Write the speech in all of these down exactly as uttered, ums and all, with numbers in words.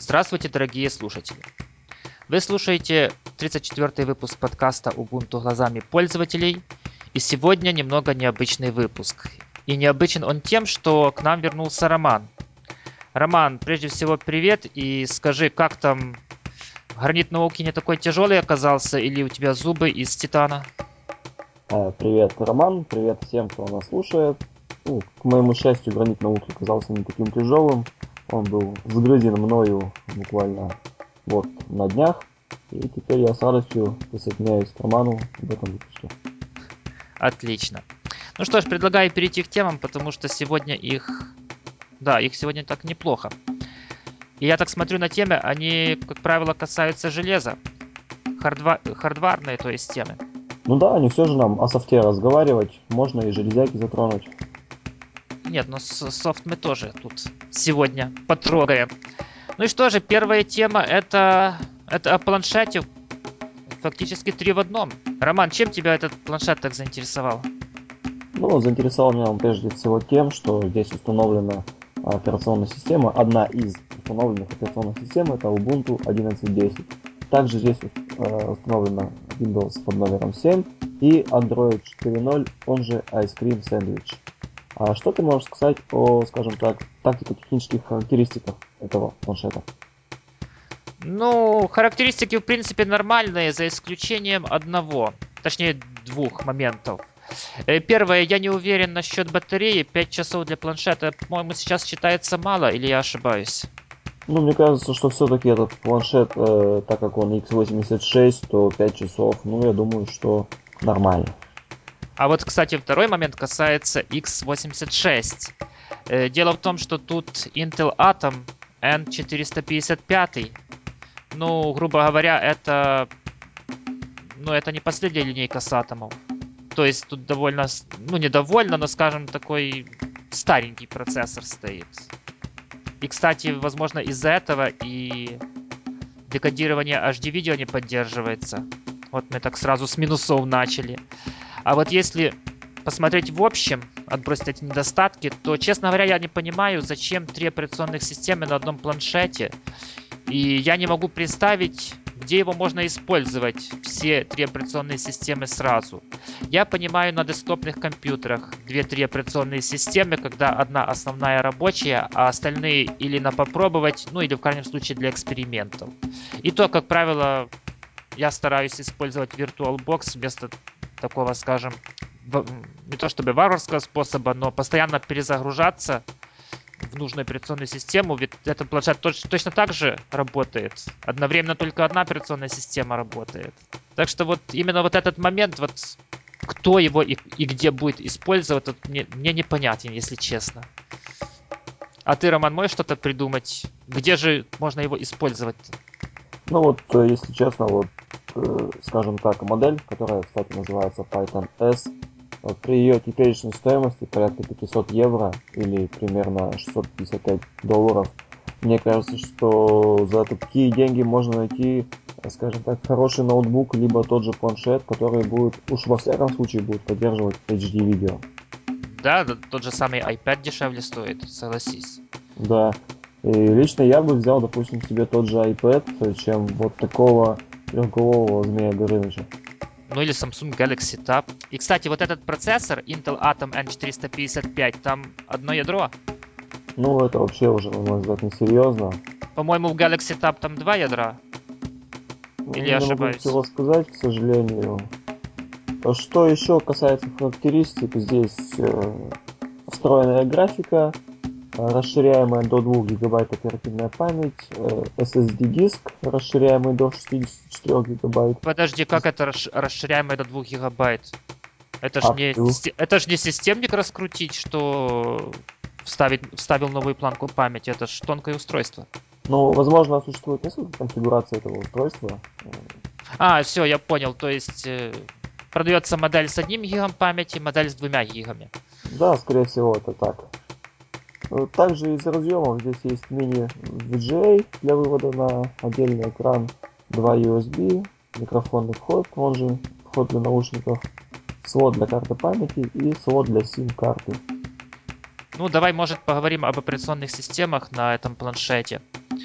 Здравствуйте, дорогие слушатели! Вы слушаете тридцать четвёртый выпуск подкаста Ubuntu глазами пользователей. И сегодня немного необычный выпуск. И необычен он тем, что к нам вернулся Роман. Роман, прежде всего привет и скажи, как там гранит науки не такой тяжелый оказался или у тебя зубы из титана? Э, Привет, Роман, привет всем, кто нас слушает. Ну, к моему счастью, гранит науки оказался не таким тяжелым. Он был сгрызен мною буквально вот на днях. И теперь я с радостью присоединяюсь к Роману в этом выпуске. Отлично. Ну что ж, предлагаю перейти к темам, потому что сегодня их... Да, их сегодня так неплохо. И я так смотрю на темы, они, как правило, касаются железа. Хардва... Хардварные, то есть темы. Ну да, не все же нам о софте разговаривать, можно и железяки затронуть. Нет, но с- софт мы тоже тут сегодня потрогаем. Ну и что же, первая тема это, это о планшете. Фактически три в одном. Роман, чем тебя этот планшет так заинтересовал? Ну, заинтересовал меня он прежде всего тем, что здесь установлена операционная система, одна из установленных операционных систем, это Ubuntu одиннадцать десять. Также здесь э, установлена Windows под номером семь и Android четыре ноль, он же Ice Cream Sandwich. А что ты можешь сказать о, скажем так, тактико-технических характеристиках этого планшета? Ну, характеристики в принципе нормальные, за исключением одного. Точнее, двух моментов. Э, Первое, я не уверен насчет батареи. Пять часов для планшета, по-моему, сейчас считается мало, или я ошибаюсь? Ну, мне кажется, что все-таки этот планшет, э, так как он икс восемьдесят шесть, то пять часов, ну, я думаю, что нормально. А вот, кстати, второй момент касается икс восемьдесят шесть. Э, Дело в том, что тут Intel Atom эн четыреста пятьдесят пять. Ну, грубо говоря, это, ну, это не последняя линейка с атомов. То есть тут довольно, с- ну, не довольно, но, скажем, такой старенький процессор стоит. И, кстати, возможно, из-за этого и декодирование эйч ди-видео не поддерживается. Вот мы так сразу с минусов начали. А вот если посмотреть в общем, отбросить эти недостатки, то, честно говоря, я не понимаю, зачем три операционных системы на одном планшете. И я не могу представить, где его можно использовать, все три операционные системы сразу. Я понимаю на десктопных компьютерах две-три операционные системы, когда одна основная рабочая, а остальные или на попробовать, ну или в крайнем случае для экспериментов. И то, как правило, я стараюсь использовать VirtualBox вместо такого, скажем, не то чтобы варварского способа, но постоянно перезагружаться в нужную операционную систему, ведь этот планшет точ- точно так же работает. Одновременно только одна операционная система работает. Так что вот именно вот этот момент, вот кто его и, и где будет использовать, вот мне, мне непонятен, если честно. А ты, Роман, можешь что-то придумать? Где же можно его использовать? Ну вот, э, если честно, вот, э, скажем так, модель, которая, кстати, называется Python S, э, при ее теперешней стоимости порядка пятьсот евро или примерно шестьсот пятьдесят пять долларов, мне кажется, что за такие деньги можно найти, э, скажем так, хороший ноутбук, либо тот же планшет, который будет, уж во всяком случае, будет поддерживать эйч ди-видео. Да, да, тот же самый iPad дешевле стоит, согласись. Да. И лично я бы взял, допустим, себе тот же iPad, чем вот такого трехголового змея Горыныча. Ну или Samsung Galaxy Tab. И, кстати, вот этот процессор Intel Atom эн четыреста пятьдесят пять, там одно ядро. Ну, это вообще уже, на мой взгляд, несерьезно. По-моему, в Galaxy Tab там два ядра. Или я Ну, не могу ошибаюсь? ничего сказать, к сожалению. А что еще касается характеристик, здесь э, встроенная графика, э, расширяемая до двух гигабайт оперативная память, э, эс эс ди-диск, расширяемый до шестидесяти четырёх гигабайт. Подожди, как это расш- расширяемое до двух гигабайт? Это ж А не, плюс, систе- это ж не системник раскрутить, что вставить, вставил новую планку памяти. Это ж тонкое устройство. ну, возможно, существует несколько конфигураций этого устройства. Э, А, все, я понял. То есть э, продается модель с одним гигом памяти, модель с двумя гигами. Да, скорее всего, это так. Э, Также из разъемов здесь есть мини-ви джи эй для вывода на отдельный экран, два ю эс би, микрофонный вход, он же вход для наушников, слот для карты памяти и слот для сим-карты. Ну, давай, может, поговорим об операционных системах на этом планшете.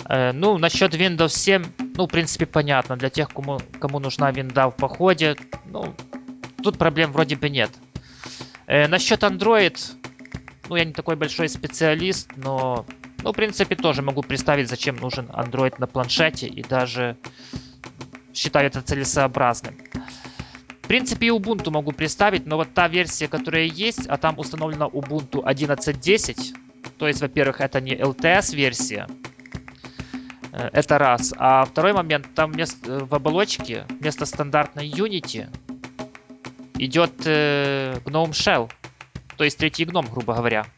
Э, ну, насчет Windows семь, ну, в принципе, понятно. Для тех, кому, кому нужна винда в походе, ну, тут проблем вроде бы нет. Э, насчет Android, ну, я не такой большой специалист, но, ну, в принципе, тоже могу представить, зачем нужен Android на планшете, и даже считаю это целесообразным. В принципе, и Ubuntu могу представить, но вот та версия, которая есть, а там установлена Ubuntu одиннадцать десять, то есть, во-первых, это не эл ти эс-версия, э, это раз. А второй момент, там вместо, в оболочке вместо стандартной Unity идет э, Gnome Shell, то есть третий гном, грубо говоря.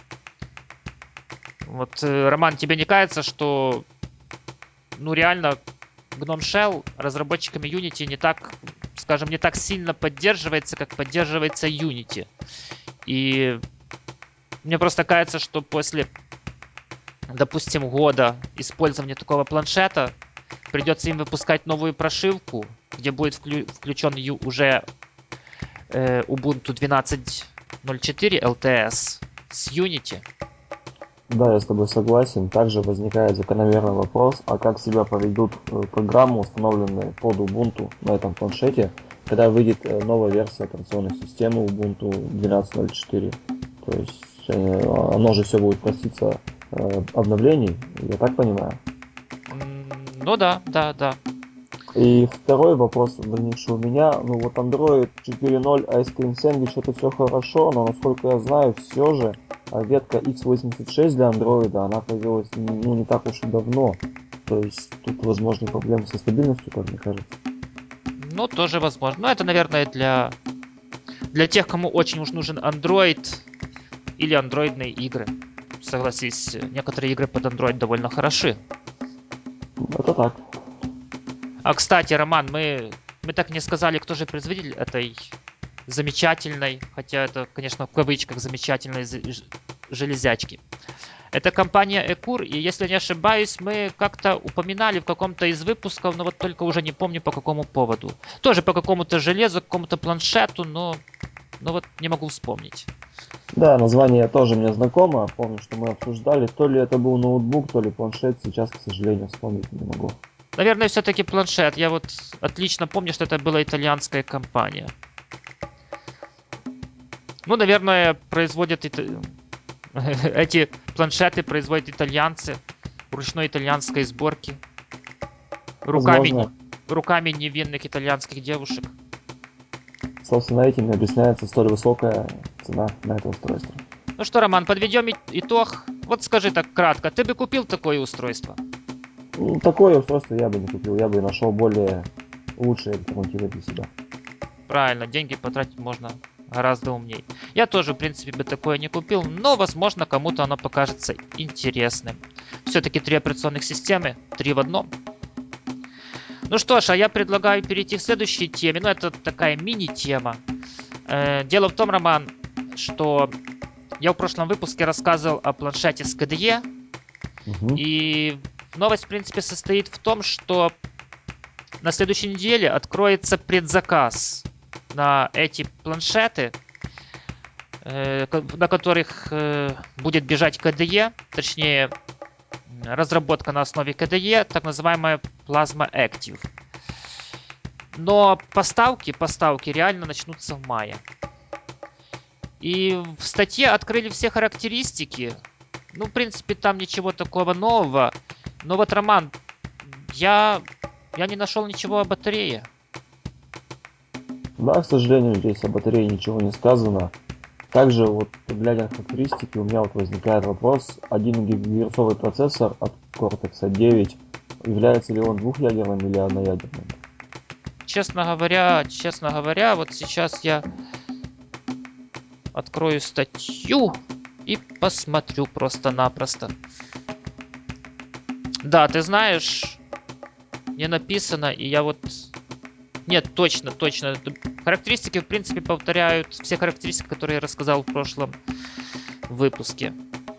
Вот, э, Роман, тебе не кажется, что, ну, реально, Gnome Shell разработчиками Unity не так, скажем, не так сильно поддерживается, как поддерживается Unity? И мне просто кажется, что после, допустим, года использования такого планшета придется им выпускать новую прошивку, где будет вклю- включен ю- уже э, Ubuntu двенадцать ноль четыре эл ти эс с Unity. Да, я с тобой согласен. Также возникает закономерный вопрос, а как себя поведут э, программы, установленные под Ubuntu на этом планшете, когда выйдет э, новая версия операционной системы Ubuntu двенадцать ноль четыре. То есть э, оно же все будет проситься э, обновлений, я так понимаю. М, Ну да, да, да. И второй вопрос, возникший у меня, ну вот Android четыре ноль, Ice Cream Sandwich, это все хорошо, но насколько я знаю, все же а, ветка икс восемьдесят шесть для Android, она появилась ну, не так уж и давно. То есть тут возможны проблемы со стабильностью, как мне кажется. Ну, тоже возможно. Но это, наверное, для, для тех, кому очень уж нужен Android или андроидные игры. Согласись, некоторые игры под Android довольно хороши. Это так. А, кстати, Роман, мы, мы так и не сказали, кто же производитель этой замечательной, хотя это, конечно, в кавычках замечательной железячки. Это компания Ecur, и если не ошибаюсь, мы как-то упоминали в каком-то из выпусков, но вот только уже не помню по какому поводу. Тоже по какому-то железу, какому-то планшету, но, но вот не могу вспомнить. Да, название тоже мне знакомо. Помню, что мы обсуждали. То ли это был ноутбук, то ли планшет. Сейчас, к сожалению, вспомнить не могу. Наверное, все-таки планшет. Я вот отлично помню, что это была итальянская компания. Ну, наверное, производят ит- эти планшеты производят итальянцы ручной итальянской сборки руками, не- Возможно, руками невинных итальянских девушек. собственно, этим и объясняется столь высокая цена на это устройство. Ну что, Роман, подведем и- итог. Вот скажи так кратко, ты бы купил такое устройство? Ну, такое устройство я бы не купил, я бы нашел более лучшие альтернативы для себя. Правильно, деньги потратить можно гораздо умнее. Я тоже, в принципе, бы такое не купил, но, возможно, кому-то оно покажется интересным. Все-таки три операционных системы, три в одном. Ну что ж, а я предлагаю перейти к следующей теме. Ну, это такая мини-тема. Э, Дело в том, Роман, что я в прошлом выпуске рассказывал о планшете с ка дэ е, Мгм. и новость, в принципе, состоит в том, что на следующей неделе откроется предзаказ на эти планшеты, э, на которых э, будет бежать ка дэ е, точнее, разработка на основе ка дэ е, так называемая Plasma Active. Но поставки, поставки реально начнутся в мае. И в статье открыли все характеристики. Ну, в принципе, там ничего такого нового. Но вот, Роман, я, я не нашел ничего о батарее. Да, к сожалению, здесь о батарее ничего не сказано. Также, вот, глядя на характеристики, у меня вот возникает вопрос, один гигагерцовый процессор от Cortex а девять, является ли он двухъядерным или одноядерным? Честно говоря, честно говоря, вот сейчас я открою статью и посмотрю просто-напросто. Да, ты знаешь, не написано, и я вот... Нет, точно, точно. Характеристики, в принципе, повторяют все характеристики, которые я рассказал в прошлом выпуске.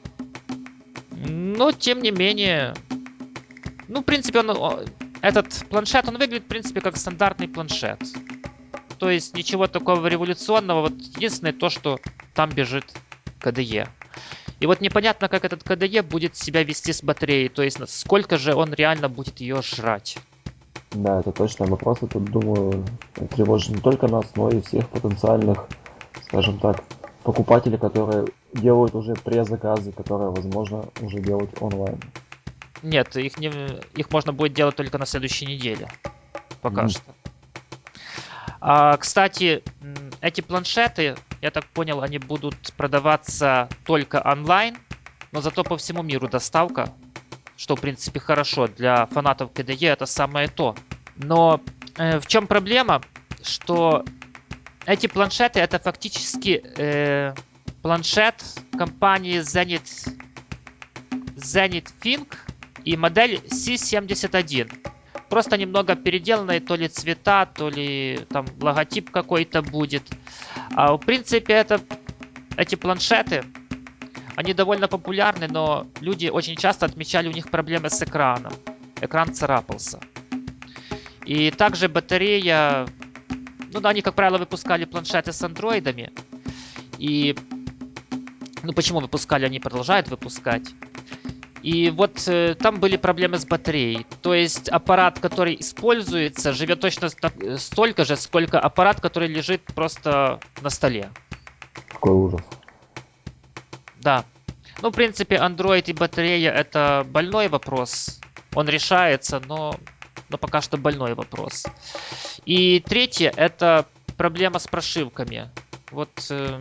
Но, тем не менее, ну, в принципе, он, этот планшет, он выглядит, в принципе, как стандартный планшет. То есть ничего такого революционного. Вот единственное то, что там бежит ка дэ е. И вот непонятно, как этот ка дэ е будет себя вести с батареей, то есть сколько же он реально будет ее жрать. Да, это точно вопрос. И тут, думаю, тревожит не только нас, но и всех потенциальных, скажем так, покупателей, которые делают уже предзаказы, которые, возможно, уже делать онлайн. Нет, их, не, их можно будет делать только на следующей неделе. Пока Мгм. что. А, кстати, эти планшеты, я так понял, они будут продаваться только онлайн, но зато по всему миру доставка, что, в принципе, хорошо. Для фанатов ка дэ е это самое то. Но э, в чем проблема? Что эти планшеты это фактически э, планшет компании Zenith, Zenith Think и модель си семьдесят один. Просто немного переделанные то ли цвета, то ли там логотип какой-то будет. А в принципе это, эти планшеты, они довольно популярны, но люди очень часто отмечали у них проблемы с экраном. Экран царапался. И также батарея, ну да, они, как правило, выпускали планшеты с андроидами. И, ну почему выпускали, они продолжают выпускать. И вот э, там были проблемы с батареей. То есть аппарат, который используется, живет точно ста- столько же, сколько аппарат, который лежит просто на столе. Какой ужас. Да. Ну, в принципе, Android и батарея это больной вопрос. Он решается, но, но пока что больной вопрос. И третье это проблема с прошивками. Вот э,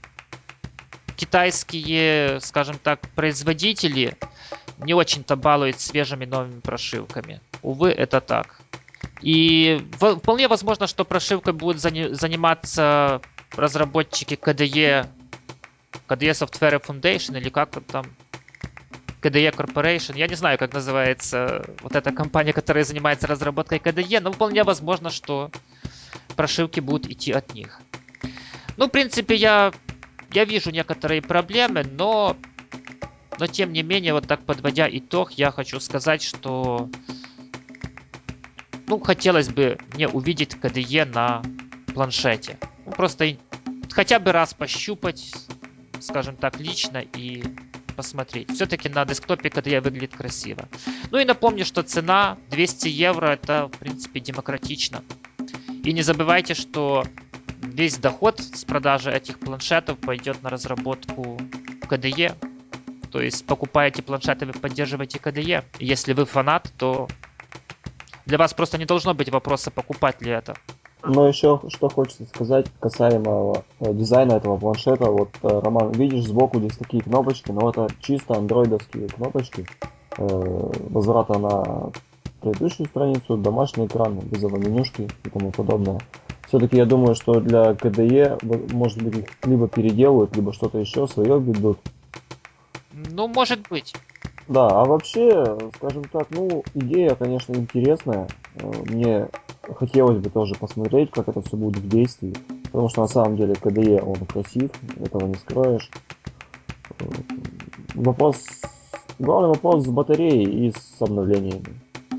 китайские, скажем так, производители не очень-то балуют свежими новыми прошивками. Увы, это так. И в- вполне возможно, что прошивкой будут зани- заниматься разработчики ка дэ е, ка дэ е Software Foundation или как там, ка дэ е Corporation. Я не знаю, как называется вот эта компания, которая занимается разработкой ка дэ е, но вполне возможно, что прошивки будут идти от них. Ну, в принципе, я, я вижу некоторые проблемы, но, но тем не менее, вот так подводя итог, я хочу сказать, что ну, хотелось бы мне увидеть ка дэ е на планшете. Ну, просто хотя бы раз пощупать, скажем так, лично и посмотреть. Все-таки на десктопе ка дэ е выглядит красиво. Ну и напомню, что цена двести евро это, в принципе, демократично. И не забывайте, что весь доход с продажи этих планшетов пойдет на разработку ка дэ е. То есть, покупая эти планшеты, вы поддерживаете ка дэ е. Если вы фанат, то для вас просто не должно быть вопроса, покупать ли это. Но еще что хочется сказать касаемо э, дизайна этого планшета. Вот, э, Роман, видишь сбоку здесь такие кнопочки, но это чисто андроидовские кнопочки. Э, возврата на предыдущую страницу, домашний экран, вызова менюшки и тому подобное. Все-таки я думаю, что для ка дэ е, вот, может быть, их либо переделают, либо что-то еще свое введут. Ну, может быть. Да, а вообще, скажем так, ну, идея, конечно, интересная. Э, Мне хотелось бы тоже посмотреть, как это все будет в действии. Потому что на самом деле ка дэ е, он красив, этого не скроешь. Э, Вопрос, главный вопрос с батареей и с обновлениями.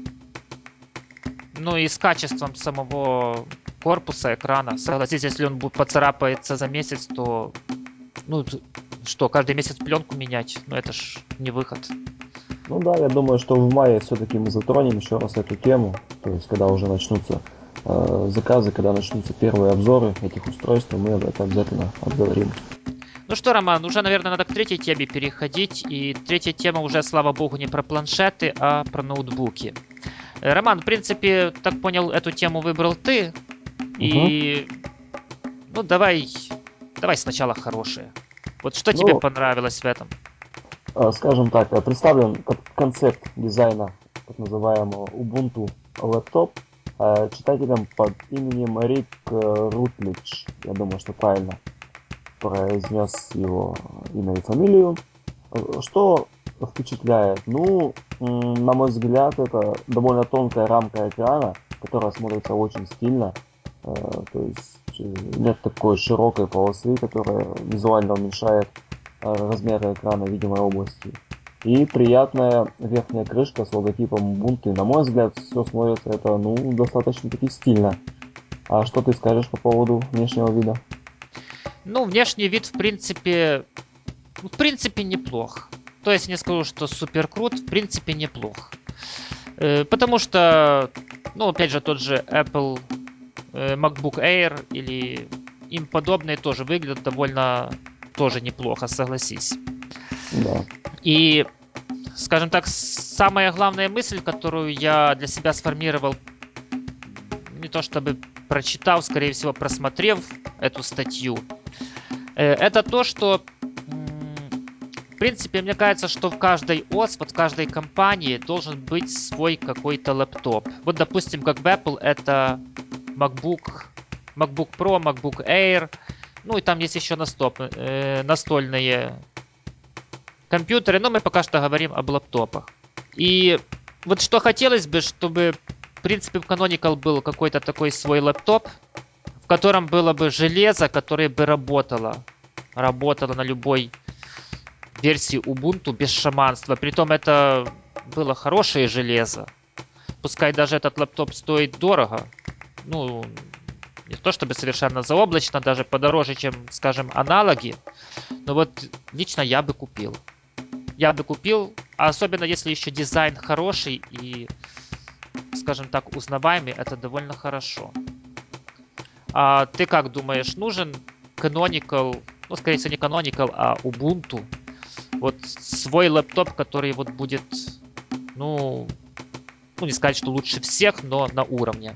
Ну и с качеством самого корпуса, экрана. Согласитесь, если он будет поцарапается за месяц, то ну т- что, каждый месяц пленку менять? Ну это ж не выход. Ну да, я думаю, что в мае все-таки мы затронем еще раз эту тему. То есть, когда уже начнутся э, заказы, когда начнутся первые обзоры этих устройств, мы об этом обязательно обговорим. Ну что, Роман, уже, наверное, надо к третьей теме переходить. И третья тема уже, слава богу, не про планшеты, а про ноутбуки. Э, Роман, в принципе, так понял, эту тему выбрал ты. Мгм. И, ну, давай, давай сначала хорошее. Вот что тебе Ну, понравилось в этом? Э, скажем так, э, представлен кон- концепт дизайна так называемого Ubuntu лэптоп э, читателем под именем Рик э, Рутлидж. Я думаю, что правильно произнес его имя и фамилию. Э, Что впечатляет? Ну, м, на мой взгляд, это довольно тонкая рамка экрана, которая смотрится очень стильно. Э, То есть э, нет такой широкой полосы, которая визуально уменьшает э, размеры экрана видимой области. И приятная верхняя крышка с логотипом Ubuntu. На мой взгляд, все смотрится это, ну, достаточно-таки стильно. А что ты скажешь по поводу внешнего вида? Ну, внешний вид, в принципе, Ну, в принципе, неплох. То есть не скажу, что супер крут, в принципе, неплох. Э, потому что, ну, опять же, тот же Apple э, MacBook Air или им подобные тоже выглядят довольно тоже неплохо, согласись. Да. И, скажем так, самая главная мысль, которую я для себя сформировал, не то чтобы прочитав, скорее всего, просмотрев эту статью, э, это то, что в принципе, мне кажется, что в каждой ОС, вот в каждой компании должен быть свой какой-то лэптоп. Вот, допустим, как в Apple это MacBook, MacBook Pro, MacBook Air, ну и там есть еще настоп, э, настольные компьютеры, но мы пока что говорим об лэптопах. И вот что хотелось бы, чтобы, в принципе, в Canonical был какой-то такой свой лэптоп, в котором было бы железо, которое бы работало. Работало на любой версии Ubuntu без шаманства. Притом это было хорошее железо. Пускай даже этот лэптоп стоит дорого. Ну, не то чтобы совершенно заоблачно, даже подороже, чем, скажем, аналоги. Но вот лично я бы купил. Я бы купил, а особенно если еще дизайн хороший и, скажем так, узнаваемый, это довольно хорошо. А ты как думаешь, нужен Canonical, ну, скорее всего, не Canonical, а Ubuntu? Вот свой лэптоп, который вот будет, ну, ну не сказать, что лучше всех, но на уровне.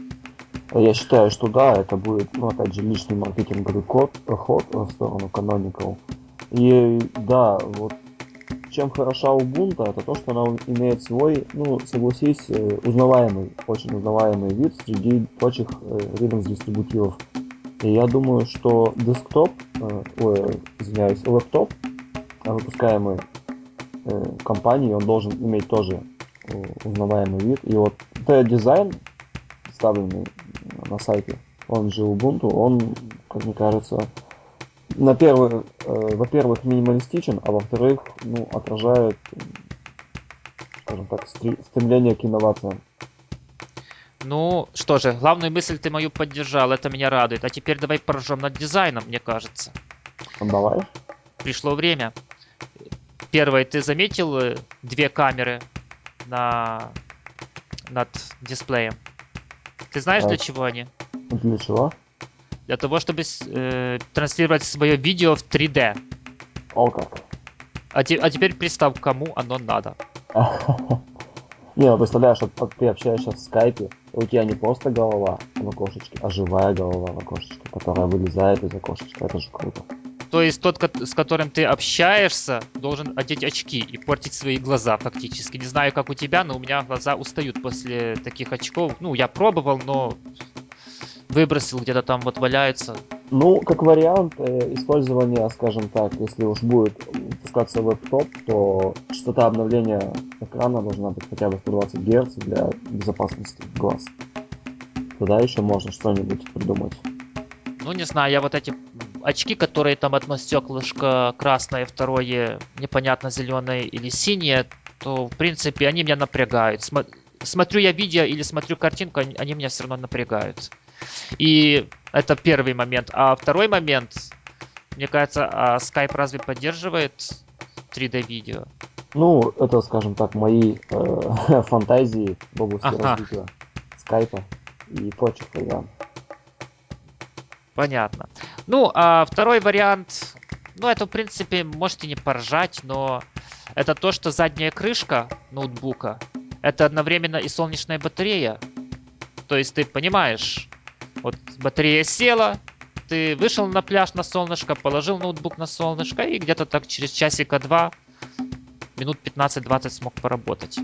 Я считаю, что да, это будет, ну, опять же, личный маркетинговый код, ход в сторону Canonical. И да, вот чем хороша Ubuntu, это то, что она имеет свой, ну, согласись, э, узнаваемый, очень узнаваемый вид среди прочих э, Linux-дистрибутивов. И я думаю, что десктоп, э, ой, извиняюсь, лэптоп, э, выпускаемый э, компанией, он должен иметь тоже э, узнаваемый вид. И вот этот дизайн, представленный на сайте, он же Ubuntu, он, как мне кажется, на первый, э, во-первых, минималистичен, а во-вторых, ну, отражает, скажем так, стремление к инновациям. Ну, что же, главную мысль ты мою поддержал, это меня радует. А теперь давай поржем над дизайном, мне кажется. Давай. Пришло время. Первое, ты заметил э, две камеры на над дисплеем? Ты знаешь, А для чего они? для чего? Для того, чтобы э, транслировать свое видео в три дэ. О, как. А, те- а теперь представь, кому оно надо. Не, ну представляешь, вот, вот ты общаешься в скайпе, и у тебя не просто голова в окошечке, а живая голова в окошечке, которая вылезает из окошечка. Это же круто. То есть тот, ко- с которым ты общаешься, должен одеть очки и портить свои глаза фактически. Не знаю, как у тебя, но у меня глаза устают после таких очков. Ну, я пробовал, но выбросил, где-то там вот валяется. Ну, как вариант э, использования, скажем так, если уж будет выпускаться лэптоп, то частота обновления экрана должна быть хотя бы сто двадцать герц для безопасности глаз. Тогда еще можно что-нибудь придумать. Ну, не знаю, я вот эти очки, которые там одно стеклышко красное, второе непонятно зеленое или синее, то, в принципе, они меня напрягают. Смо- Смотрю я видео или смотрю картинку, они, они меня все равно напрягают. И это первый момент. А второй момент, мне кажется, а Skype разве поддерживает три дэ видео? Ну, это, скажем так, мои э, фантазии в области Ага, развития скайпа и прочих программ. понятно. Ну, а второй вариант, ну, это, в принципе, можете не поржать, но это то, что задняя крышка ноутбука, это одновременно и солнечная батарея. То есть ты понимаешь, вот батарея села, ты вышел на пляж на солнышко, положил ноутбук на солнышко и где-то так через часика-два, минут пятнадцать-двадцать смог поработать.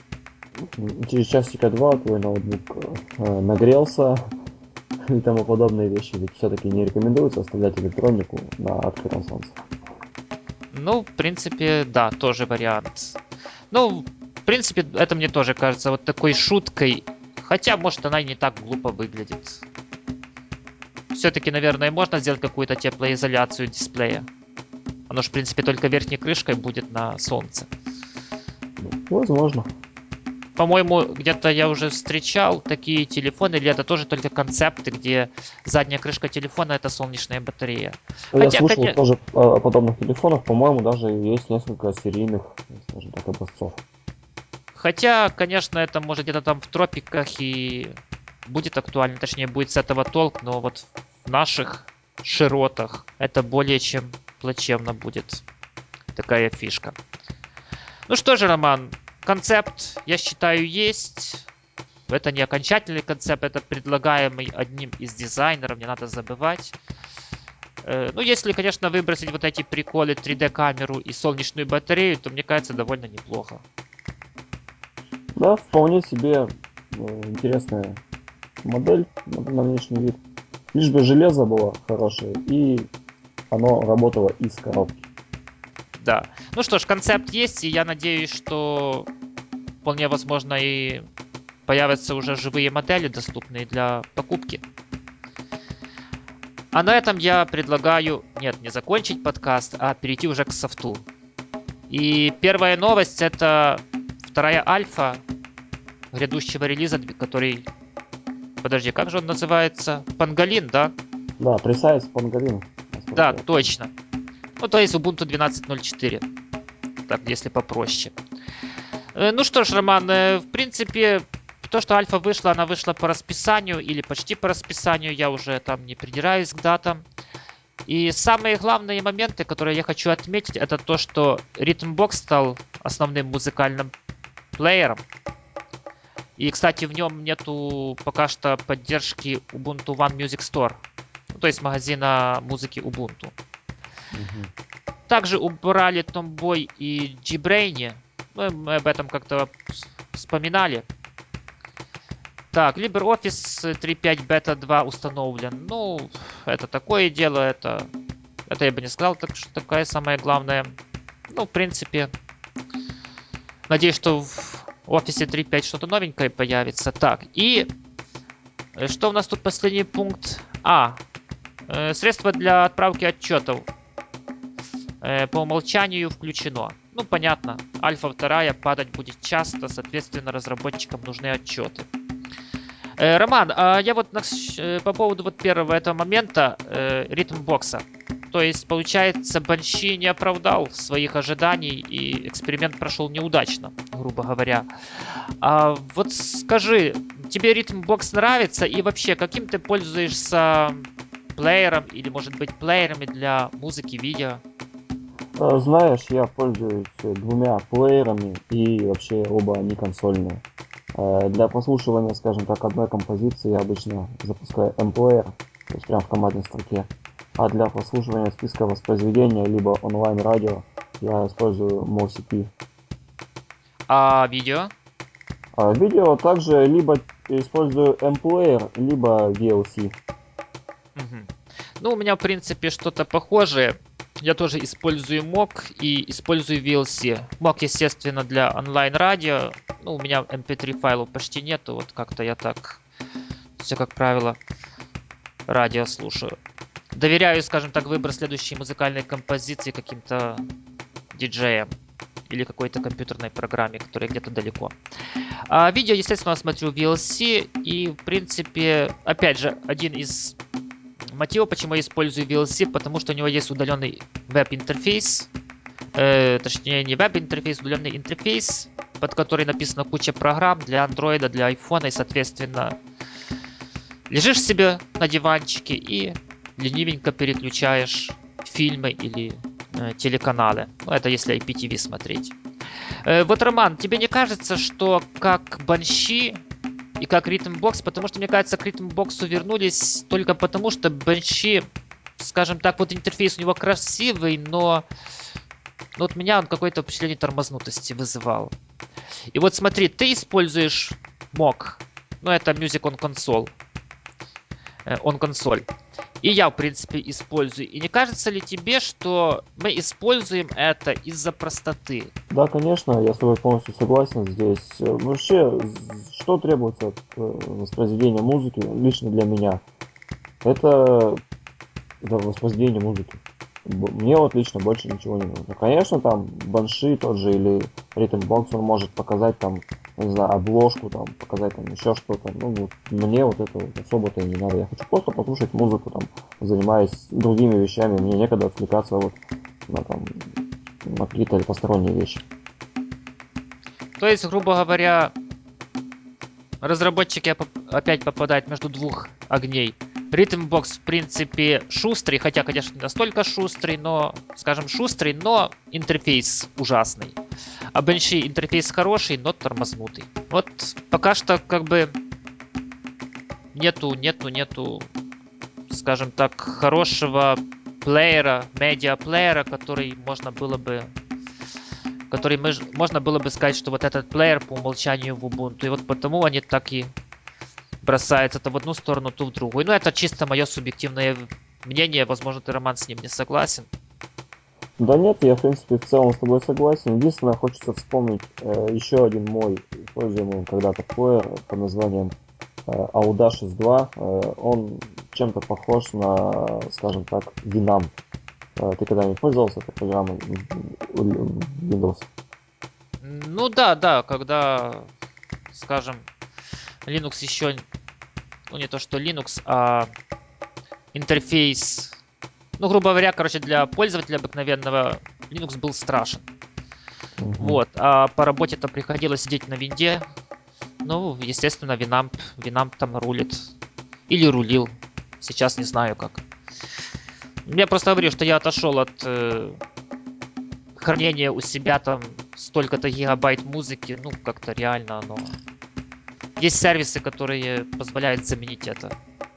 Через часика-два твой ноутбук э, нагрелся и тому подобные вещи. Ведь все-таки не рекомендуется оставлять электронику на открытом солнце. Ну, в принципе, да, тоже вариант. Ну, в принципе, это мне тоже кажется вот такой шуткой. Хотя, может, она и не так глупо выглядит. Все-таки, наверное, можно сделать какую-то теплоизоляцию дисплея. Оно же, в принципе, только верхней крышкой будет на солнце. Возможно. по-моему, где-то я уже встречал такие телефоны, или это тоже только концепты, где задняя крышка телефона это солнечная батарея. Ну, я Хотя, слышал конечно, тоже о о подобных телефонах, по-моему, даже есть несколько серийных, скажем так, образцов. хотя, конечно, это может где-то там в тропиках и будет актуально, точнее, будет с этого толк, но вот в наших широтах это более чем плачевно будет такая фишка. Ну что же, Роман, концепт, я считаю, есть. Это не окончательный концепт, это предлагаемый одним из дизайнеров, не надо забывать. Э, Ну, если, конечно, выбросить вот эти приколы три дэ-камеру и солнечную батарею, то, мне кажется, довольно неплохо. Да, вполне себе э, интересная модель на, на внешний вид. Лишь бы железо было хорошее и оно работало из коробки. Да. Ну что ж, концепт есть, и я надеюсь, что вполне возможно и появятся уже живые модели, доступные для покупки. А на этом я предлагаю, нет, не закончить подкаст, а перейти уже к софту. И первая новость это вторая альфа грядущего релиза, который... Подожди, как же он называется? Панголин, да? Да, Precise Pangolin, насколько Да, я помню. точно. Ну, то есть Ubuntu двенадцать ноль четыре. Так, если попроще. Э, Ну что ж, Роман, э, в принципе, то, что альфа вышла, она вышла по расписанию или почти по расписанию. Я уже там не придираюсь к датам. И самые главные моменты, которые я хочу отметить, это то, что Rhythmbox стал основным музыкальным плеером. И, кстати, в нем нету пока что поддержки Ubuntu One Music Store, ну, то есть магазина музыки Ubuntu. Мгм. Также убрали Tomboy и Gbrainy. Мы, мы об этом как-то вспоминали. Так, LibreOffice три точка пять бета два установлен. Ну, это такое дело, это, это я бы не сказал, так, что такая самая главная. Ну, в принципе, надеюсь, что в Office три точка пять что-то новенькое появится. Так, и э, что у нас тут последний пункт? А, э, средства для отправки отчетов э, по умолчанию включено. Ну, понятно, альфа два падать будет часто, соответственно, разработчикам нужны отчеты. Э, Роман, а я вот э, по поводу вот первого этого момента э, ритмбокса. То есть, получается, Банши не оправдал своих ожиданий и эксперимент прошел неудачно, грубо говоря. А вот скажи, тебе ритмбокс нравится и вообще, каким ты пользуешься плеером или, может быть, плеерами для музыки, видео? Э, Знаешь, я пользуюсь э, двумя плеерами и вообще оба они консольные. Э, Для прослушивания, скажем так, одной композиции я обычно запускаю M-плеер, то есть прямо в командной строке. А для прослушивания списка воспроизведения либо онлайн-радио я использую MoCP. А видео? А видео также либо использую M-плеер, либо ви эл си. Мгм. Ну, у меня, в принципе, что-то похожее. Я тоже использую мок и использую ви эл си. мок, естественно, для онлайн-радио. Ну, у меня эм пи три файлов почти нету. Вот как-то я так все, как правило, радио слушаю. Доверяю, скажем так, выбор следующей музыкальной композиции каким-то диджеям или какой-то компьютерной программе, которая где-то далеко. А видео, естественно, смотрю ви эл си. И, в принципе, опять же, один из мотивов, почему я использую ви эл си, потому что у него есть удаленный веб-интерфейс. Э, точнее, не веб-интерфейс, удаленный интерфейс, под который написана куча программ для андроида, для айфона, и, соответственно, лежишь себе на диванчике и ленивенько переключаешь фильмы или э, телеканалы. Ну, это если ай пи ти ви смотреть. Э, вот, Роман, тебе не кажется, что как Банши и как Rhythmbox, потому что, мне кажется, к Rhythmbox вернулись только потому, что Банши, скажем так, вот интерфейс у него красивый, но ну, вот меня он какое-то впечатление тормознутости вызывал. И вот смотри, ты используешь мок, ну это Music on Console, э, on консоль. И я, в принципе, использую. И не кажется ли тебе, что мы используем это из-за простоты? Да, конечно, я с тобой полностью согласен здесь. Э, Вообще, з- что требуется от э, воспроизведения музыки лично для меня? Это, это воспроизведение музыки. Б- Мне вот лично больше ничего не нужно. Конечно, там банши тот же или ритмбокс, он может показать там не знаю, обложку там, показать там еще что-то. Ну, вот мне вот это вот особо-то и не надо. Я хочу просто послушать музыку, там, занимаясь другими вещами. Мне некогда отвлекаться вот на там на какие-то посторонние вещи. То есть, грубо говоря, разработчики оп- опять попадают между двух огней. Rhythmbox, в принципе, шустрый, хотя, конечно, не настолько шустрый, но, скажем, шустрый, но интерфейс ужасный. А Banshee интерфейс хороший, но тормознутый. Вот пока что как бы нету, нету, нету, скажем так, хорошего плеера, медиаплеера, который можно было бы который мы, можно было бы сказать, что вот этот плеер по умолчанию в Ubuntu. И вот потому они так и бросаются то в одну сторону, то в другую. Ну, это чисто мое субъективное мнение. Возможно, ты, Роман, с ним не согласен. Да нет, я в принципе в целом с тобой согласен. Единственное, хочется вспомнить э, еще один мой используемый когда-то плеер под названием э, Audacious два. Э, он чем-то похож на, скажем так, Winamp. Э, ты когда-нибудь пользовался этой программой в Windows? Ну да, да, когда, скажем, Linux еще, ну не то что Linux, а интерфейс, ну, грубо говоря, короче, для пользователя обыкновенного Linux был страшен. Мгм. Вот, а по работе-то приходилось сидеть на винде. Ну, естественно, Winamp, Winamp там рулит. Или рулил. Сейчас не знаю как. Я просто говорю, что я отошел от э, хранения у себя там столько-то гигабайт музыки. Ну, как-то реально оно... Есть сервисы, которые позволяют заменить это.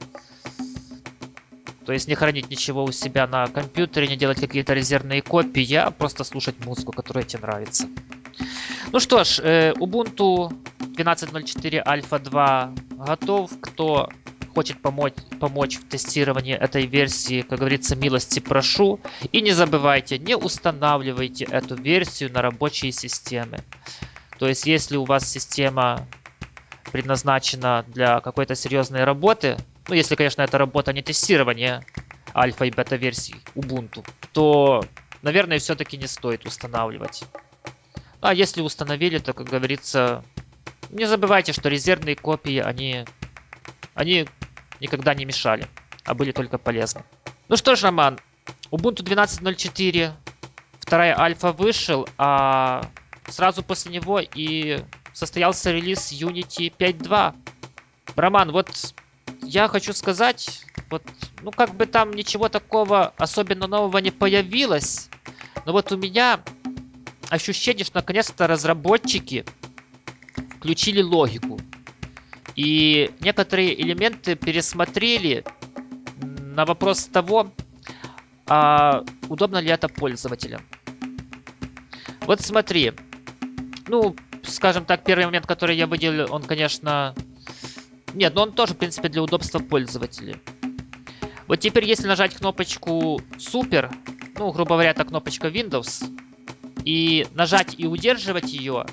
То есть не хранить ничего у себя на компьютере, не делать какие-то резервные копии, а просто слушать музыку, которая тебе нравится. Ну что ж, э, Ubuntu двенадцать ноль четыре Альфа два готов. Кто хочет помочь, помочь в тестировании этой версии, как говорится, милости прошу. И не забывайте, не устанавливайте эту версию на рабочие системы. То есть, если у вас система предназначена для какой-то серьезной работы, ну, если, конечно, это работа не тестирование альфа и бета-версий Ubuntu, то, наверное, все-таки не стоит устанавливать. А если установили, то, как говорится, не забывайте, что резервные копии, они, они никогда не мешали, а были только полезны. Ну что ж, Роман, Ubuntu двенадцать ноль четыре, вторая альфа вышел, а сразу после него и состоялся релиз Unity пять точка два. Роман, вот я хочу сказать, вот, ну как бы там ничего такого особенно нового не появилось, но вот у меня ощущение, что наконец-то разработчики включили логику. И некоторые элементы пересмотрели на вопрос того, а удобно ли это пользователям. Вот смотри, ну, скажем так, первый момент, который я выделил, он, конечно... Нет, но он тоже, в принципе, для удобства пользователя. Вот теперь, если нажать кнопочку Супер, ну, грубо говоря, это кнопочка Windows, и нажать и удерживать ее,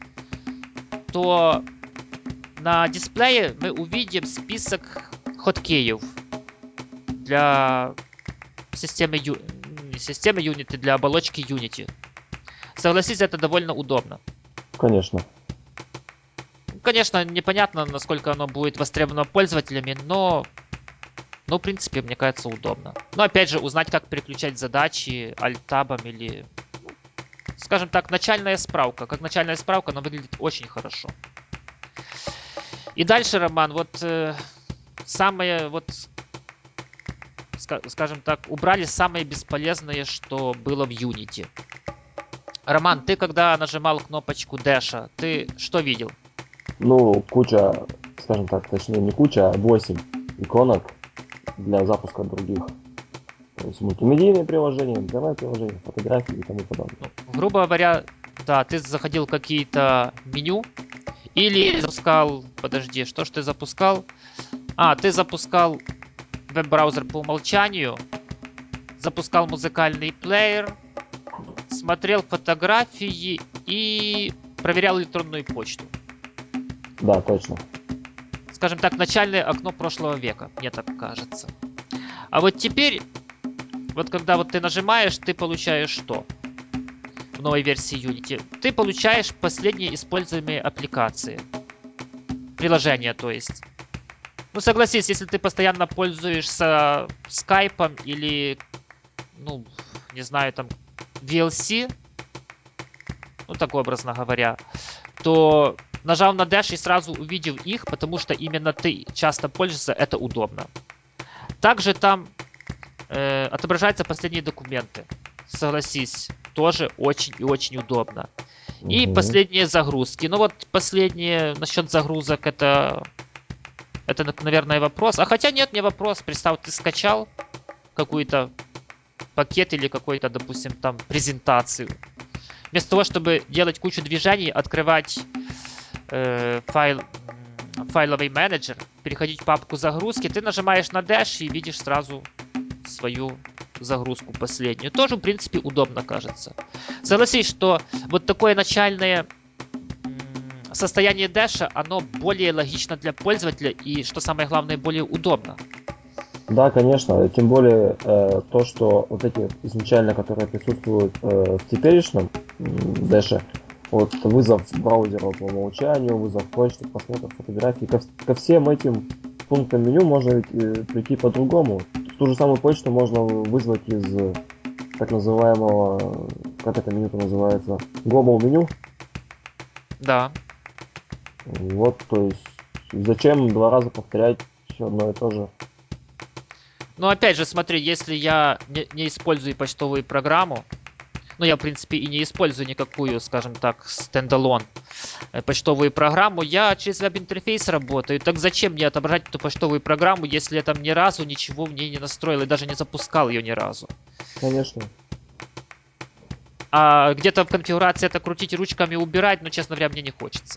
то на дисплее мы увидим список хоткеев для системы, Ю... системы Unity, для оболочки Unity. Согласись, это довольно удобно. Конечно. Конечно, непонятно, насколько оно будет востребовано пользователями, но, но в принципе, мне кажется, удобно. Но опять же, узнать, как переключать задачи альт-табом или, скажем так, начальная справка. Как начальная справка, она выглядит очень хорошо. И дальше, Роман, вот э, самое, вот, ска- скажем так, убрали самое бесполезное, что было в Unity. Роман, ты когда нажимал кнопочку Dash, ты что видел? Ну, куча, скажем так, точнее не куча, а восемь иконок для запуска других. То есть мультимедийные приложения, интернет-приложения, фотографии и тому подобное. Ну, грубо говоря, да, ты заходил в какие-то меню или запускал... Подожди, что ж ты запускал? А, ты запускал веб-браузер по умолчанию, запускал музыкальный плеер, смотрел фотографии и проверял электронную почту. Да, точно. Скажем так, начальное окно прошлого века, мне так кажется. А вот теперь, вот когда вот ты нажимаешь, ты получаешь что? новой версии Unity, ты получаешь последние используемые аппликации. Приложения, то есть. Ну, согласись, если ты постоянно пользуешься скайпом или, ну, не знаю, там, ви эл си, ну, так образно говоря, то нажал на Dash и сразу увидел их, потому что именно ты часто пользуешься, это удобно. Также там э, отображаются последние документы. Согласись, тоже очень и очень удобно. И Угу. последние загрузки. Ну вот последние насчет загрузок это, это, наверное, вопрос. А хотя нет, не вопрос. Представь, ты скачал какой-то пакет или какой-то, допустим, там презентацию. Вместо того, чтобы делать кучу движений, открывать э, файл, файловый менеджер, переходить в папку загрузки, ты нажимаешь на Dash и видишь сразу свою загрузку последнюю. Тоже, в принципе, удобно кажется. Согласись, что вот такое начальное состояние Dash, оно более логично для пользователя и, что самое главное, более удобно. Да, конечно, тем более э, то, что вот эти изначально, которые присутствуют э, в теперешнем м, Dash, вот вызов браузера по умолчанию, вызов почты, просмотр фотографий, ко, вс- ко всем этим пунктам меню можно ведь э, прийти по-другому. Ту же самую почту можно вызвать из так называемого, как это меню-то называется, global меню. Да. Вот, то есть зачем два раза повторять все одно и то же? Но опять же, смотри, если я не, не использую почтовую программу, ну я в принципе и не использую никакую, скажем так, стендалон э, почтовую программу, я через веб-интерфейс работаю. Так зачем мне отображать эту почтовую программу, если я там ни разу ничего в ней не настроил и даже не запускал ее ни разу? Конечно. А где-то в конфигурации это крутить ручками и убирать, но, честно говоря, мне не хочется.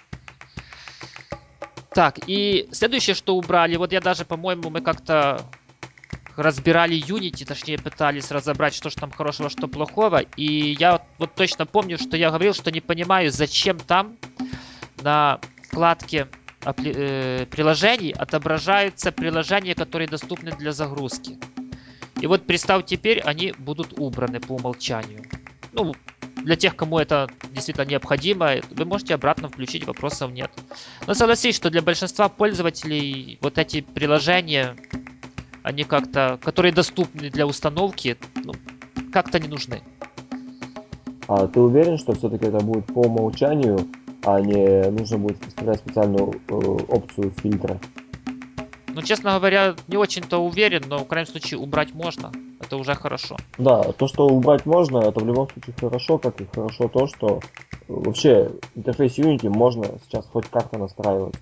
Так, и следующее, что убрали, вот я даже, по-моему, мы как-то разбирали Unity, точнее пытались разобрать, что же там хорошего, что плохого. И я вот, вот точно помню, что я говорил, что не понимаю, зачем там на вкладке э, приложений отображаются приложения, которые доступны для загрузки. И вот представь, теперь они будут убраны по умолчанию. Ну, для тех, кому это действительно необходимо, вы можете обратно включить, вопросов нет. Но согласись, что для большинства пользователей вот эти приложения, они как-то, которые доступны для установки, ну, как-то не нужны. А ты уверен, что все-таки это будет по умолчанию, а не нужно будет вставлять специальную э, опцию фильтра? Но, честно говоря, не очень-то уверен, но в крайнем случае убрать можно. Это уже хорошо. Да, то, что убрать можно, это в любом случае хорошо, как и хорошо то, что э, вообще интерфейс Unity можно сейчас хоть как-то настраивать.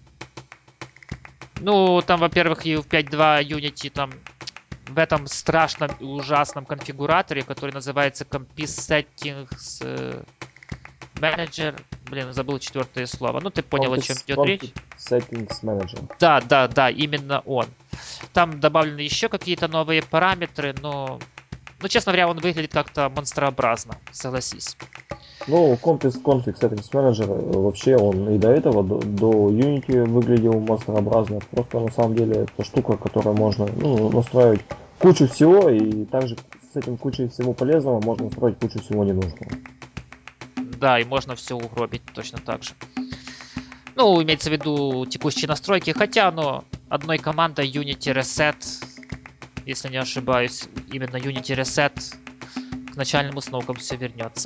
Ну, там, во-первых, и в пять точка два Unity там в этом страшном и ужасном конфигураторе, который называется Compis Settings э, Manager. Блин, забыл четвертое слово. Ну, ты понял, о чем Config, идет Config речь. Settings Manager. Да, да, да, именно он. Там добавлены еще какие-то новые параметры, но, ну, честно говоря, он выглядит как-то монстрообразно, согласись. Ну, Config, Config Settings Manager э, вообще он и до этого, до, до Unity выглядел монстрообразно. Просто на самом деле это штука, которая можно ну, настраивать кучу всего, и также с этим кучей всего полезного можно настроить кучу всего ненужного. Да, и можно все угробить точно так же. Ну, имеется в виду текущие настройки, хотя оно одной командой Unity Reset, если не ошибаюсь, именно Unity Reset к начальным установкам все вернется.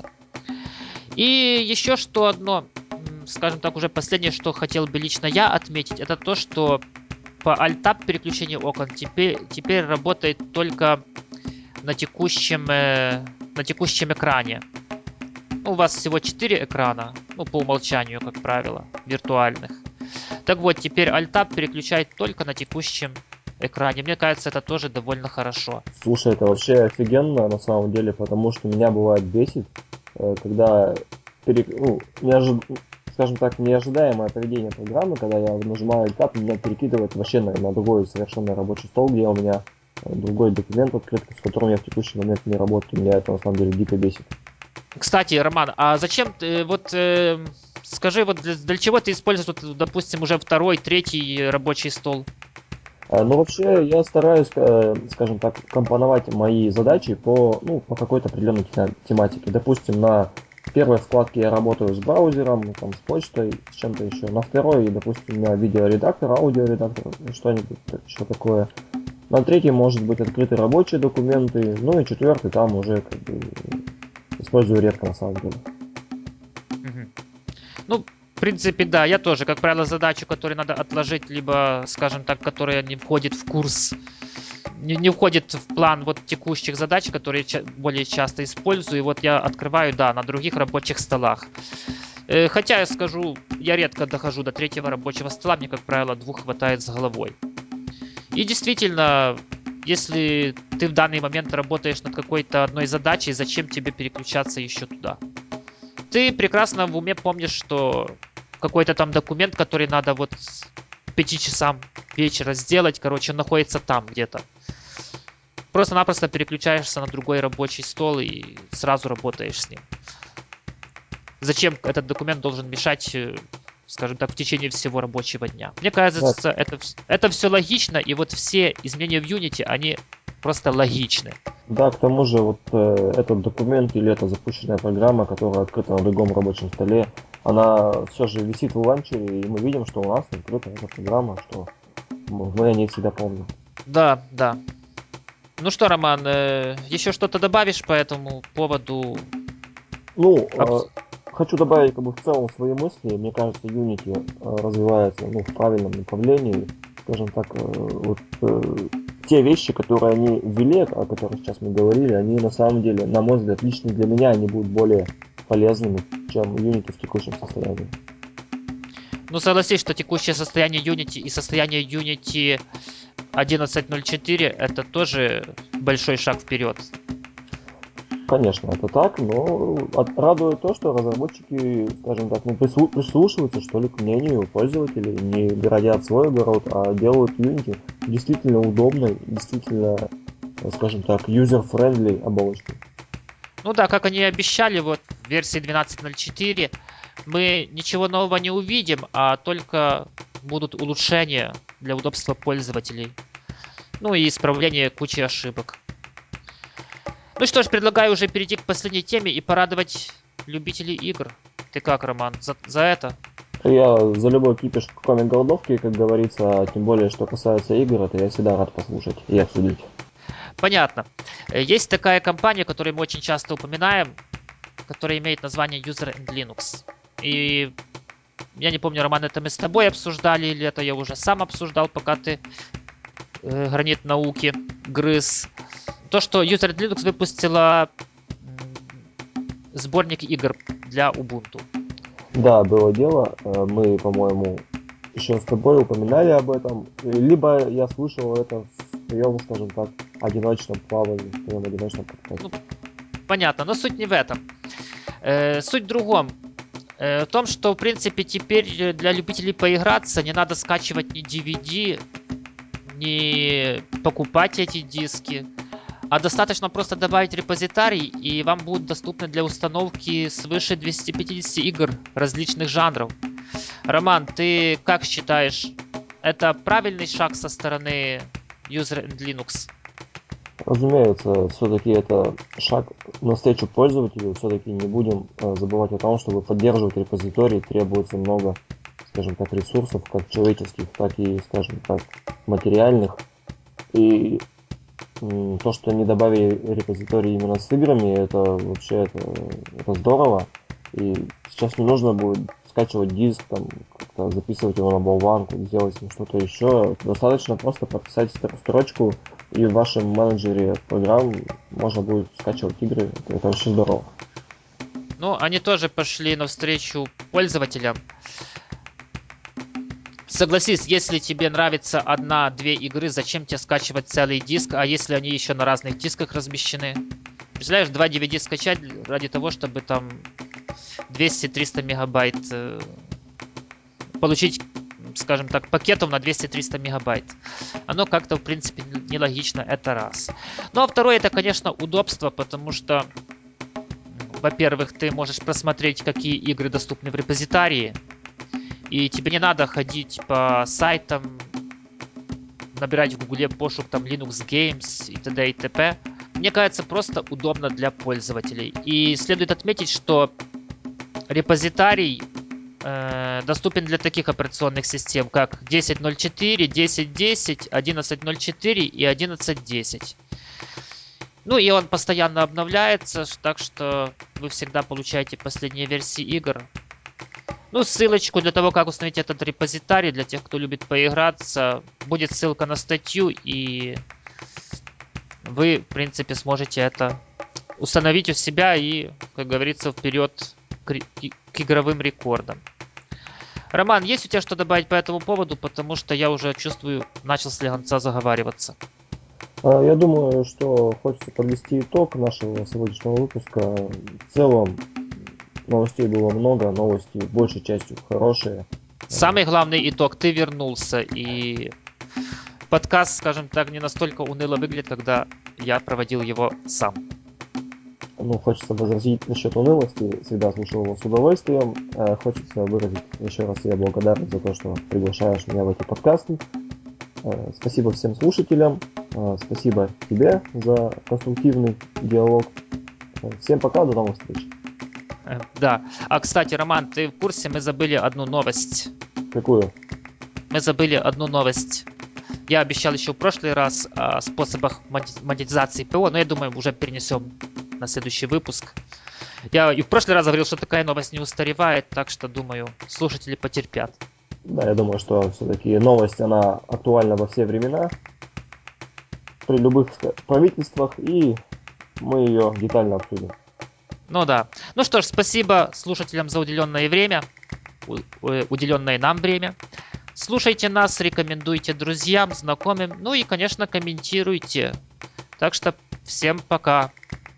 И еще что одно, скажем так, уже последнее, что хотел бы лично я отметить, это то, что по Alt-Tab переключение окон теперь, теперь работает только на текущем, э, на текущем экране. Ну, у вас всего четыре экрана, ну, по умолчанию, как правило, виртуальных. Так вот, теперь Alt-Tab переключает только на текущем экране. Мне кажется, это тоже довольно хорошо. Слушай, это вообще офигенно на самом деле, потому что меня бывает бесит, э, когда пере- ну, неожи- скажем так, неожидаемое поведение программы, когда я нажимаю Tab, меня перекидывает вообще на, на другой совершенно рабочий стол, где у меня э, другой документ открыт, с которым я в текущий момент не работаю. Меня это на самом деле дико бесит. Кстати, Роман, а зачем ты, вот, э, скажи, вот для, для чего ты используешь, вот, допустим, уже второй, третий рабочий стол? А, Но вообще я стараюсь, э, скажем так, компоновать мои задачи по, ну, по какой-то определенной тема- тематике. Допустим, на первой вкладке я работаю с браузером, там, с почтой, с чем-то еще. На второй, допустим, у меня видеоредактор, аудиоредактор, что-нибудь еще такое. На третьей может быть открыты рабочие документы. Ну и четвертый там уже как бы использую редко на самом деле. Мгм. Ну, в принципе, да, я тоже, как правило, задачу, которую надо отложить, либо, скажем так, которая не входит в курс, не, не входит в план вот текущих задач, которые ча- более часто использую, и вот я открываю, да, на других рабочих столах. Э, Хотя я скажу, я редко дохожу до третьего рабочего стола, мне, как правило, двух хватает с головой. И действительно, если ты в данный момент работаешь над какой-то одной задачей, зачем тебе переключаться еще туда? Ты прекрасно в уме помнишь, что какой-то там документ, который надо вот к пяти часам вечера сделать, короче, он находится там где-то. Просто-напросто переключаешься на другой рабочий стол и сразу работаешь с ним. Зачем этот документ должен мешать, э, скажем так, в течение всего рабочего дня? Мне Да, кажется, это, вс- это все логично, и вот все изменения в Unity, они просто логичны. да, к тому же вот э, этот документ или эта запущенная программа, которая открыта на другом рабочем столе, она все же висит в ланчере, и мы видим, что у нас открыта эта программа, что мы мы о ней всегда помним. Да, да. Ну что, Роман, э, еще что-то добавишь по этому поводу? Ну, Обс- э, хочу добавить как бы в целом свои мысли. Мне кажется, Unity э, развивается ну, в правильном направлении. Скажем так, э, вот э, те вещи, которые они ввели, о которых сейчас мы говорили, они на самом деле, на мой взгляд, лично для меня, они будут более полезными, чем Unity в текущем состоянии. Ну, согласись, что текущее состояние Unity и состояние Unity одиннадцать ноль четыре это тоже большой шаг вперед. Конечно, это так, но от- радует то, что разработчики, скажем так, ну, прислу- прислушиваются, что ли, к мнению пользователей, не городят свой огород, а делают Unity действительно удобной, действительно, э, скажем так, user-friendly оболочкой. Ну да, как они и обещали, вот в версии двенадцать ноль четыре мы ничего нового не увидим, а только будут улучшения для удобства пользователей. Ну и исправление кучи ошибок. Ну что ж, предлагаю уже перейти к последней теме и порадовать любителей игр. Ты как, Роман, за, за это? Я за любой кипиш, кроме голодовки, как говорится, а тем более, что касается игр, это я всегда рад послушать и обсудить. Понятно. Э, Есть такая компания, которую мы очень часто упоминаем, которая имеет название User and Linux. И я не помню, Роман, это мы с тобой обсуждали, или это я уже сам обсуждал, пока ты э, гранит науки грыз. То, что User and Linux выпустила м, сборник игр для Ubuntu. Да, было дело. Э, Мы, по-моему, еще с тобой упоминали об этом. И Либо я слышал это в твоем, скажем так, одиночном плавании, в твоем одиночном Ну, подкасте. понятно, но суть не в этом. Э, суть в другом. Э, в том, что, в принципе, теперь э, для любителей поиграться не надо скачивать ни D V D, ни покупать эти диски. А достаточно просто добавить репозитарий, и вам будут доступны для установки свыше двухсот пятидесяти игр различных жанров. Роман, ты как считаешь, это правильный шаг со стороны User and Linux? Разумеется, все-таки это шаг навстречу пользователю. Все-таки не будем э, забывать о том, чтобы поддерживать репозиторий, требуется много, скажем так, ресурсов, как человеческих, так и, скажем так, материальных. И м, то, что они добавили репозиторий именно с играми, это вообще это, это здорово. И сейчас не нужно будет скачивать диск, там, как-то записывать его на болванку, делать с ним что-то еще. Достаточно просто прописать стр- строчку, и в вашем менеджере программ можно будет скачивать игры. Это, это очень здорово. Ну, они тоже пошли навстречу пользователям. Согласись, если тебе нравится одна-две игры, зачем тебе скачивать целый диск, а если они еще на разных дисках размещены? Представляешь, два D V D скачать ради того, чтобы там двести-триста мегабайт э, получить, скажем так, пакетов на двести-триста мегабайт. Оно как-то, в принципе, нелогично, это раз. Ну, а второе, это, конечно, удобство, потому что, во-первых, ты можешь просмотреть, какие игры доступны в репозитарии, и тебе не надо ходить по сайтам, набирать в гугле пошук там Linux Games и т.д. и т.п. Мне кажется, просто удобно для пользователей. И следует отметить, что репозитарий э, доступен для таких операционных систем, как десять ноль четыре, десять десять, одиннадцать ноль четыре и одиннадцать десять. Ну и он постоянно обновляется, так что вы всегда получаете последние версии игр. Ну, ссылочку для того, как установить этот репозитарий, для тех, кто любит поиграться, будет ссылка на статью, и вы, в принципе, сможете это установить у себя и, как говорится, вперед к, к игровым рекордам. Роман, есть у тебя что добавить по этому поводу? Потому что я уже чувствую, начал слегонца заговариваться. А, Я думаю, что хочется подвести итог нашего сегодняшнего выпуска. В целом, новостей было много, новости большей частью хорошие. Самый главный итог, ты вернулся, и подкаст, скажем так, не настолько уныло выглядит, когда я проводил его сам. Ну, хочется возразить насчет унылости, всегда слушал его с удовольствием. Э, Хочется выразить еще раз я благодарен за то, что приглашаешь меня в эти подкасты. Э, Спасибо всем слушателям, э, спасибо тебе за конструктивный диалог. Э, Всем пока, до новых встреч. Э, Да. А, кстати, Роман, ты в курсе, мы забыли одну новость. Какую? Мы забыли одну новость. Я обещал еще в прошлый раз о способах моди- монетизации ПО, но я думаю, уже перенесем на следующий выпуск. Я и в прошлый раз говорил, что такая новость не устаревает, так что, думаю, слушатели потерпят. Да, я думаю, что все-таки новость, она актуальна во все времена, при любых ска- правительствах, и мы ее детально обсудим. Ну да. Ну что ж, спасибо слушателям за уделенное время, у- э, уделенное нам время. Слушайте нас, рекомендуйте друзьям, знакомым, ну и, конечно, комментируйте. Так что всем пока.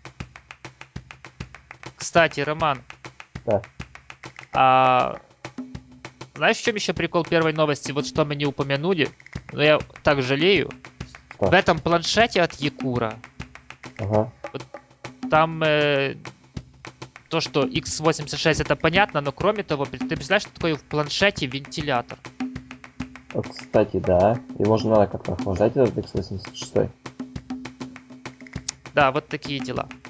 Кстати, Роман, Да, а знаешь, в чем еще прикол первой новости? Вот что мы не упомянули, но я так жалею. В что? этом планшете от Якура, Ага. вот там э, то, что икс восемьдесят шесть это понятно, но кроме того, ты представляешь, что такое в планшете вентилятор? А, Кстати, да, его же надо как-то охлаждать, этот икс восемьдесят шесть. Да, вот такие дела.